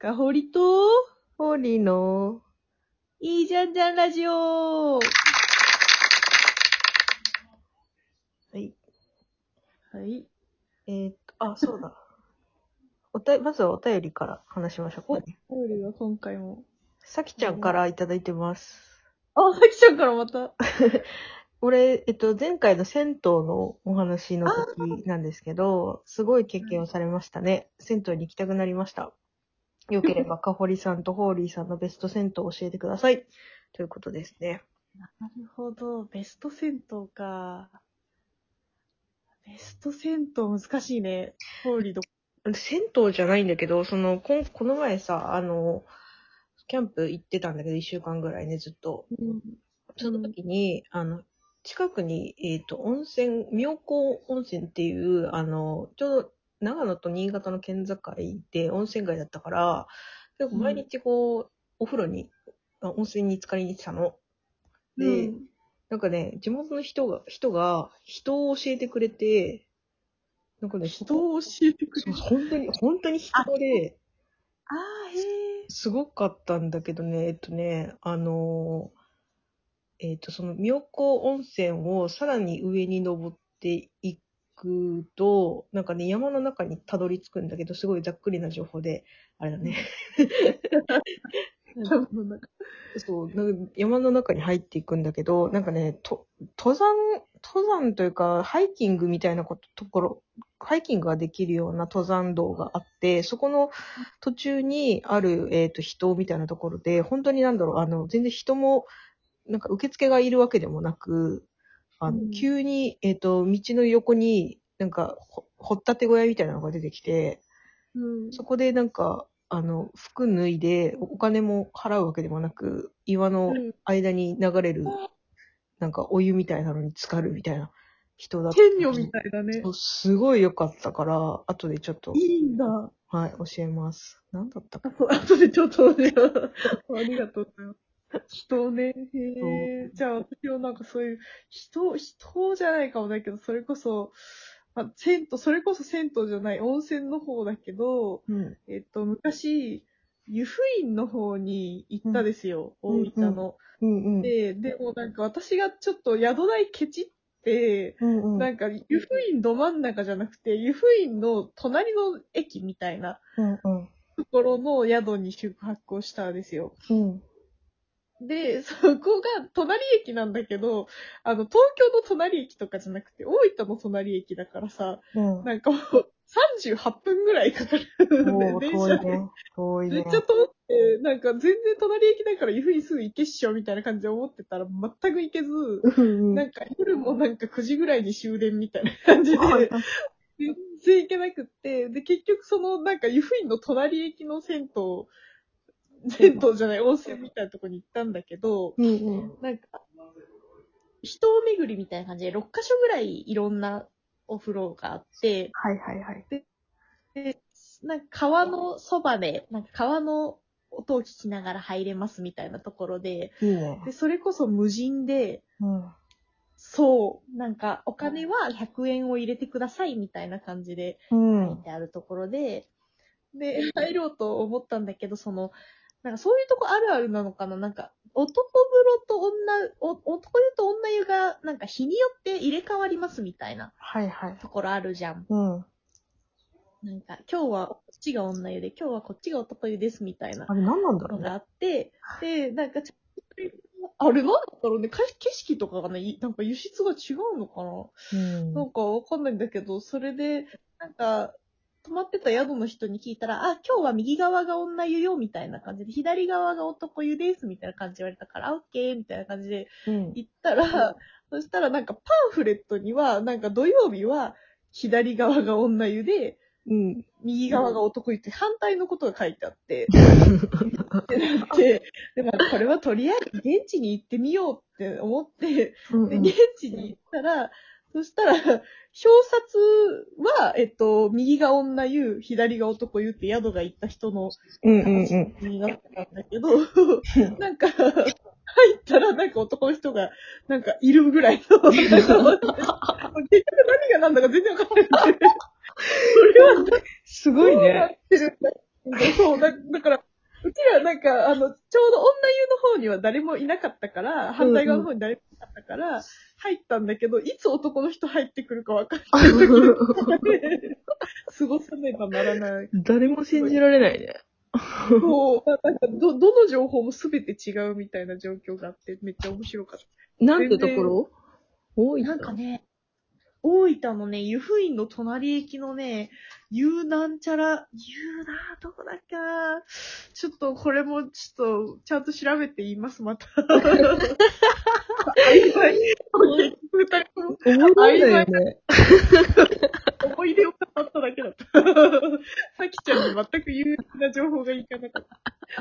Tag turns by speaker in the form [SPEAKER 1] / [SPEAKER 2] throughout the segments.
[SPEAKER 1] かほりと、
[SPEAKER 2] ホーリーの、
[SPEAKER 1] いいじゃんじゃんラジオ。は
[SPEAKER 2] はい。
[SPEAKER 1] い。
[SPEAKER 2] そうだ。まずはお便りから話しましょう
[SPEAKER 1] お、
[SPEAKER 2] かね。
[SPEAKER 1] おりは今回も。
[SPEAKER 2] さきちゃんからいただいてます。
[SPEAKER 1] あ、さきちゃんからまた。
[SPEAKER 2] 俺、前回の銭湯のお話の時なんですけど、すごい経験をされましたね。銭湯に行きたくなりました。よければ、かほりさんとホーリーさんのベスト銭湯を教えてください。ということですね。
[SPEAKER 1] なるほど。ベスト銭湯か。ベスト銭湯難しいね。ホーリーど、
[SPEAKER 2] 銭湯じゃないんだけど、この前さ、キャンプ行ってたんだけど、一週間ぐらいね、ずっと。
[SPEAKER 1] うん。
[SPEAKER 2] その時に、近くに、温泉、妙高温泉っていう、ちょうど長野と新潟の県境で温泉街だったから、結構毎日お風呂に、温泉に浸かりに行ってたの。で、なんかね、地元の人を教えてくれて、なんかね、
[SPEAKER 1] 人を教えてく
[SPEAKER 2] そう、
[SPEAKER 1] れる。
[SPEAKER 2] 本当に人で、
[SPEAKER 1] あー、へー。
[SPEAKER 2] すごかったんだけどね、その妙高温泉をさらに上に登っていくと、なんかね、山の中にたどり着くんだけど、すごいざっくりな情報で、あれだね。そう、なんか山の中に入っていくんだけど、なんかね、登山というか、ハイキングみたいなところ、ハイキングができるような登山道があって、そこの途中にある、人みたいなところで、本当に全然人も、なんか受付がいるわけでもなく、急に、道の横に、なんか、掘ったて小屋みたいなのが出てきて、そこでなんか、服脱いで、お金も払うわけでもなく、岩の間に流れる、なんかお湯みたいなのに浸かるみたいな人だった。
[SPEAKER 1] 天女みたいだね。
[SPEAKER 2] そう、すごい良かったから、後でちょっと、
[SPEAKER 1] いいんだ。
[SPEAKER 2] はい、教えます。なんだったか
[SPEAKER 1] あ、そう、後でちょっとね、ありがとうございます。人ね、
[SPEAKER 2] な。
[SPEAKER 1] へえ。じゃあ私はなんかそういう、人じゃないかもだけど、それこそ、まあ、それこそ銭湯じゃない温泉の方だけど、
[SPEAKER 2] うん。
[SPEAKER 1] 昔、湯布院の方に行ったですよ、
[SPEAKER 2] うん
[SPEAKER 1] 大分の。
[SPEAKER 2] うんうん。
[SPEAKER 1] でもなんか私がちょっと宿代ケチって、
[SPEAKER 2] うんうん。
[SPEAKER 1] なんか湯布院ど真ん中じゃなくて、湯布院の隣の駅みたいな
[SPEAKER 2] うんうん。
[SPEAKER 1] ところの宿に宿泊をしたんですよ。
[SPEAKER 2] うん。
[SPEAKER 1] で、そこが隣駅なんだけど、東京の隣駅とかじゃなくて、大分の隣駅だからさ、
[SPEAKER 2] うん。
[SPEAKER 1] なんかもう38分ぐらいかかる、ね、
[SPEAKER 2] おー、
[SPEAKER 1] 電車で。
[SPEAKER 2] 遠いね。遠いね。
[SPEAKER 1] めっちゃ遠くて、なんか全然隣駅だから湯布院すぐ行けっしょみたいな感じで思ってたら全く行けず、
[SPEAKER 2] うんうん。
[SPEAKER 1] なんか夜もなんか9時ぐらいに終電みたいな感じで、全然行けなくって、で、結局そのなんか湯布院の隣駅の銭湯じゃない温泉みたいなとこに行ったんだけど、
[SPEAKER 2] うんうん。
[SPEAKER 1] なんか、人巡りみたいな感じで6カ所ぐらいいろんなお風呂があって、
[SPEAKER 2] はいはいはい。
[SPEAKER 1] で、なんか川のそばで、なんか川の音を聞きながら入れますみたいなところで、
[SPEAKER 2] いいね。
[SPEAKER 1] で、それこそ無人で、
[SPEAKER 2] うん。
[SPEAKER 1] そう、なんかお金は100円を入れてくださいみたいな感じで
[SPEAKER 2] うん。
[SPEAKER 1] 書いてあるところで、で、入ろうと思ったんだけど、なんかそういうとこあるあるなのかななんか、男湯と女湯が、なんか日によって入れ替わりますみたいな
[SPEAKER 2] はいはい。
[SPEAKER 1] ところあるじゃん。
[SPEAKER 2] うん。
[SPEAKER 1] なんか、今日はこっちが女湯で、今日はこっちが男湯ですみたいな
[SPEAKER 2] あれ何なんだろうね。
[SPEAKER 1] のがあって、で、なんかあれなんだろうね、景色とかがね、なんか輸出が違うのかな
[SPEAKER 2] うん。
[SPEAKER 1] なんかわかんないんだけど、それで、なんか、泊まってた宿の人に聞いたら、あ、今日は右側が女湯よ、みたいな感じで、左側が男湯です、みたいな感じで言われたから、あ、オッケー、みたいな感じで
[SPEAKER 2] うん。
[SPEAKER 1] 行ったら、そしたらなんかパンフレットには、なんか土曜日は左側が女湯で、
[SPEAKER 2] うん。
[SPEAKER 1] 右側が男湯って反対のことが書いてあって、ってなって、でもこれはとりあえず現地に行ってみようって思って、で、
[SPEAKER 2] うんうん。
[SPEAKER 1] 現地に行ったら、そしたら、表札は、右が女湯、左が男湯って宿が行った人の
[SPEAKER 2] うんうん
[SPEAKER 1] 形
[SPEAKER 2] うん。
[SPEAKER 1] になってたんだけど、なんか、入ったらなんか男の人が、なんかいるぐらいの、なんか、結局何が何だか全然わかんなくて、これは
[SPEAKER 2] すごい
[SPEAKER 1] どうなっ
[SPEAKER 2] ね。
[SPEAKER 1] てるんだそう、だから、うちらなんか、ちょうど女湯の方には誰もいなかったから、反対側の方に誰もいなかったから、入ったんだけど、いつ男の人入ってくるかわかんない時で、過ごさねばならない。
[SPEAKER 2] 誰も信じられないね。
[SPEAKER 1] そう、なんかどの情報もすべて違うみたいな状況があって、めっちゃ面白かった。
[SPEAKER 2] なんてところ多い
[SPEAKER 1] なんかね、大分のね、湯布院の隣駅のね、なんちゃら、どこだっけな。ちょっと、これも、ちょっと、ちゃんと調べて言います、また。曖昧。二人とも
[SPEAKER 2] 覚えられ
[SPEAKER 1] 曖昧
[SPEAKER 2] ないよね。
[SPEAKER 1] な思い出を語っただけだった。さきちゃんに全く有益な情報がいかなかった。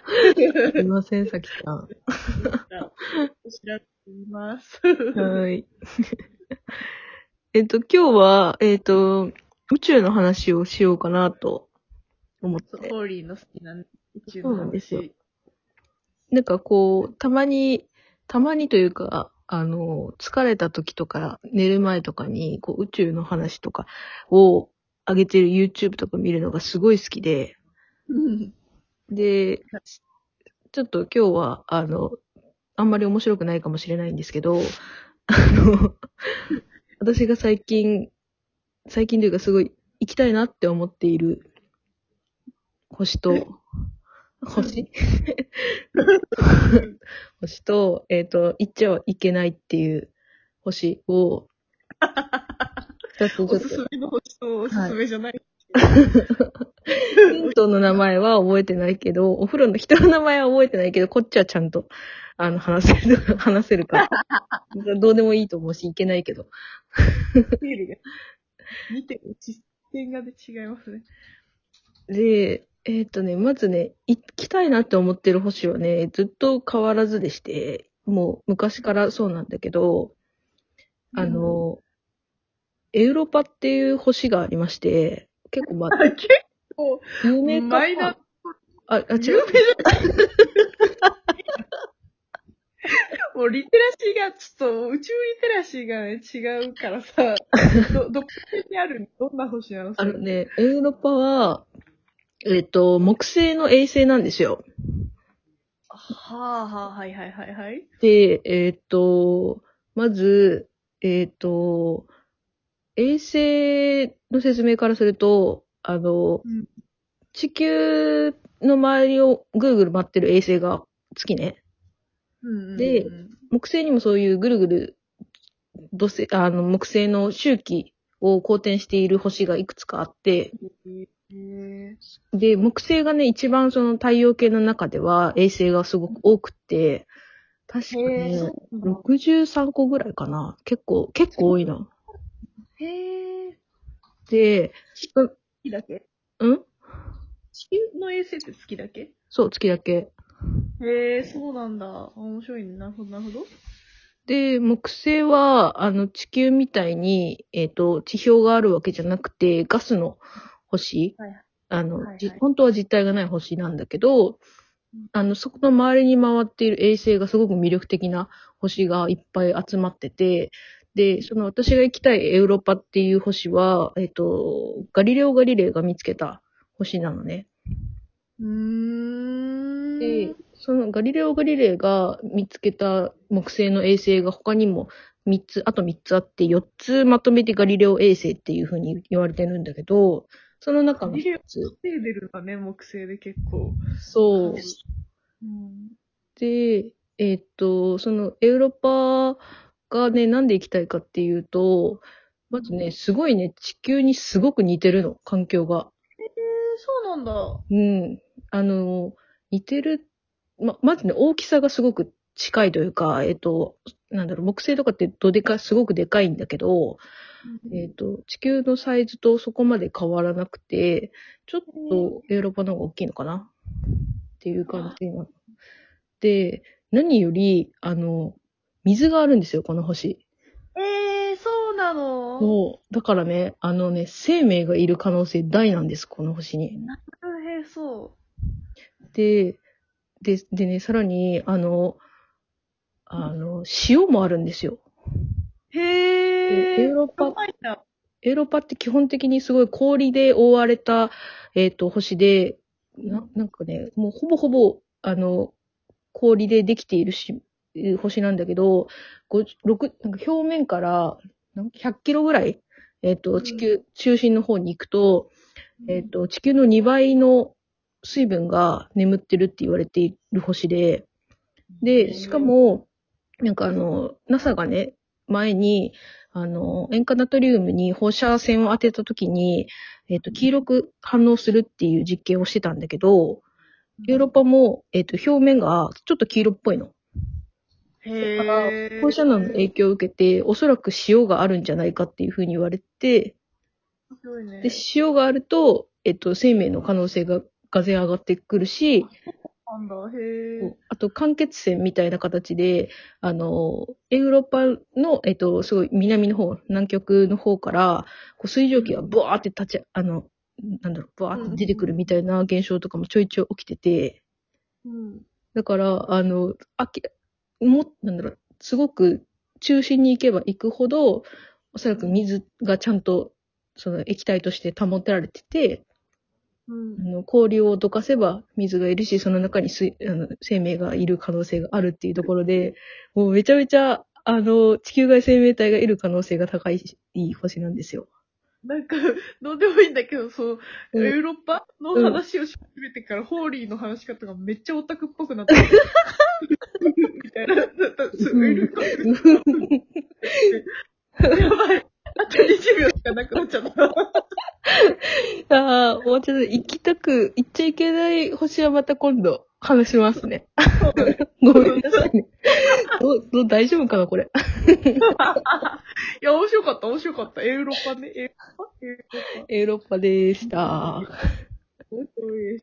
[SPEAKER 2] すいません、さきちゃん。
[SPEAKER 1] 調べてみます。
[SPEAKER 2] はい。今日は、宇宙の話をしようかなと思っ
[SPEAKER 1] そう、
[SPEAKER 2] て。
[SPEAKER 1] ホーリーの好きな宇宙
[SPEAKER 2] そう
[SPEAKER 1] の
[SPEAKER 2] なんですよ。
[SPEAKER 1] 話。
[SPEAKER 2] なんかこう、たまにというか、疲れた時とか、寝る前とかに、こう、宇宙の話とかを上げてる YouTube とか見るのがすごい好きで、
[SPEAKER 1] うん。
[SPEAKER 2] で、ちょっと今日は、あんまり面白くないかもしれないんですけど、私が最近というかすごい行きたいなって思っている星星と、行っちゃはいけないっていう星を、二つちょっと、
[SPEAKER 1] おすすめの星とおす
[SPEAKER 2] はい。
[SPEAKER 1] すめじゃない。
[SPEAKER 2] ヒントの名前は覚えてないけど、お風呂の人の名前は覚えてないけど、こっちはちゃんと、話せるから。どうでもいいと思うし、いけないけど。
[SPEAKER 1] ビールが見てる視点がで違いますね。
[SPEAKER 2] で、まずね、行きたいなって思ってる星はね、ずっと変わらずでして、もう昔からそうなんだけど、あの、エウロパっていう星がありまして、結構
[SPEAKER 1] 結構、
[SPEAKER 2] 有名か
[SPEAKER 1] マイナー、
[SPEAKER 2] な。違
[SPEAKER 1] 有名
[SPEAKER 2] う。
[SPEAKER 1] もうリテラシーが、ちょっと宇宙リテラシーがね、違うからさ、どこにあるどんな星なのそれって。
[SPEAKER 2] エウロパは、木星の衛星なんですよ。
[SPEAKER 1] はあはあ、はいはいはいはい。
[SPEAKER 2] で、まず、えっと、衛星の説明からすると、
[SPEAKER 1] うん。
[SPEAKER 2] 地球の周りをぐるぐる回ってる衛星が月ね。
[SPEAKER 1] うん
[SPEAKER 2] で、
[SPEAKER 1] うん
[SPEAKER 2] 木星にもそういうぐるぐる木星の周期を公転している星がいくつかあって、
[SPEAKER 1] うん。へえ。
[SPEAKER 2] で、木星がね、一番その太陽系の中では衛星がすごく多くて、確か
[SPEAKER 1] へえ、
[SPEAKER 2] ね、
[SPEAKER 1] そうなんだ。
[SPEAKER 2] 63個ぐらいかな。結構多いな。
[SPEAKER 1] へえ。
[SPEAKER 2] で、
[SPEAKER 1] 月だけ
[SPEAKER 2] ん
[SPEAKER 1] 地球の衛星って月だけ
[SPEAKER 2] そう、月だけ。
[SPEAKER 1] へえ、そうなんだ。面白いね。なるほど、なるほど。
[SPEAKER 2] で、木星は、地球みたいに、地表があるわけじゃなくて、ガスの星。
[SPEAKER 1] はいはいはい。
[SPEAKER 2] 本当は実体がない星なんだけど、そこの周りに回っている衛星がすごく魅力的な星がいっぱい集まってて、で、その私が行きたいエウロパっていう星は、ガリレオ・ガリレイが見つけた星なのね。
[SPEAKER 1] うー
[SPEAKER 2] で、
[SPEAKER 1] ん。
[SPEAKER 2] そのガリレオ・ガリレイが見つけた木星の衛星が他にもあと3つあって4つまとめてガリレオ衛星っていう風に言われてるんだけど、その中の1
[SPEAKER 1] ガリレオ
[SPEAKER 2] つ。
[SPEAKER 1] 稼いでるんだね、木星で結構。
[SPEAKER 2] そう。
[SPEAKER 1] うん。
[SPEAKER 2] で、そのエウロパがね、なんで行きたいかっていうと、まずね、すごいね、地球にすごく似てるの、環境が。
[SPEAKER 1] そうなんだ。
[SPEAKER 2] うん。似てる。まずね、大きさがすごく近いというか、木星とかってすごくでかいんだけど、地球のサイズとそこまで変わらなくて、ちょっとヨーロッパの方が大きいのかなっていう感じなの。で、何より、水があるんですよ、この星。
[SPEAKER 1] そうなの
[SPEAKER 2] そう。だからね、生命がいる可能性大なんです、この星に。
[SPEAKER 1] へえ、そ
[SPEAKER 2] で、でね、さらに、塩もあるんですよ。
[SPEAKER 1] う。
[SPEAKER 2] で
[SPEAKER 1] へえ、うまいんだ。
[SPEAKER 2] エウロパって基本的にすごい氷で覆われた、星で、 なんかね、もうほぼほぼ、氷でできている星なんだけど、なんか表面から、100キロぐらい、地球中心の方に行くと、地球の2倍の水分が眠ってるって言われている星で、で、しかも、なんかNASA がね、前に、塩化ナトリウムに放射線を当てた時に、黄色く反応するっていう実験をしてたんだけど、ヨーロッパも、表面がちょっと黄色っぽいの。だから、放射能の影響を受けて、おそらく塩があるんじゃないかっていうふうに言われて、で、塩があると、生命の可能性ががぜ上がってくるし、あと、間欠泉みたいな形で、ヨーロッパの、すごい南の方、南極の方から、こう水蒸気がブワーってブワーって出てくるみたいな現象とかもちょいちょい起きてて、だから、すごく中心に行けば行くほど、おそらく水がちゃんと、その液体として保てられてて、氷を溶かせば水がいるし、その中に生命がいる可能性があるっていうところで、もうめちゃめちゃ、地球外生命体がいる可能性が高い星なんですよ。
[SPEAKER 1] なんか、どうでもいいんだけど、そう、
[SPEAKER 2] うん
[SPEAKER 1] ヨーロッパの話をし始めてから、ホーリーの話し方がめっちゃオタクっぽくなってみたいな。やばい。あと20秒しかなくなっちゃった。
[SPEAKER 2] ああ、もうちょっと行っちゃいけない星はまた今度話しますね。
[SPEAKER 1] そうだね。
[SPEAKER 2] ごめんなさいね。大丈夫かな、これ。
[SPEAKER 1] いや、面白かった、面白かった。ヨーロッパね。ヨーロッパ
[SPEAKER 2] ヨーロッパでした。
[SPEAKER 1] 面白い。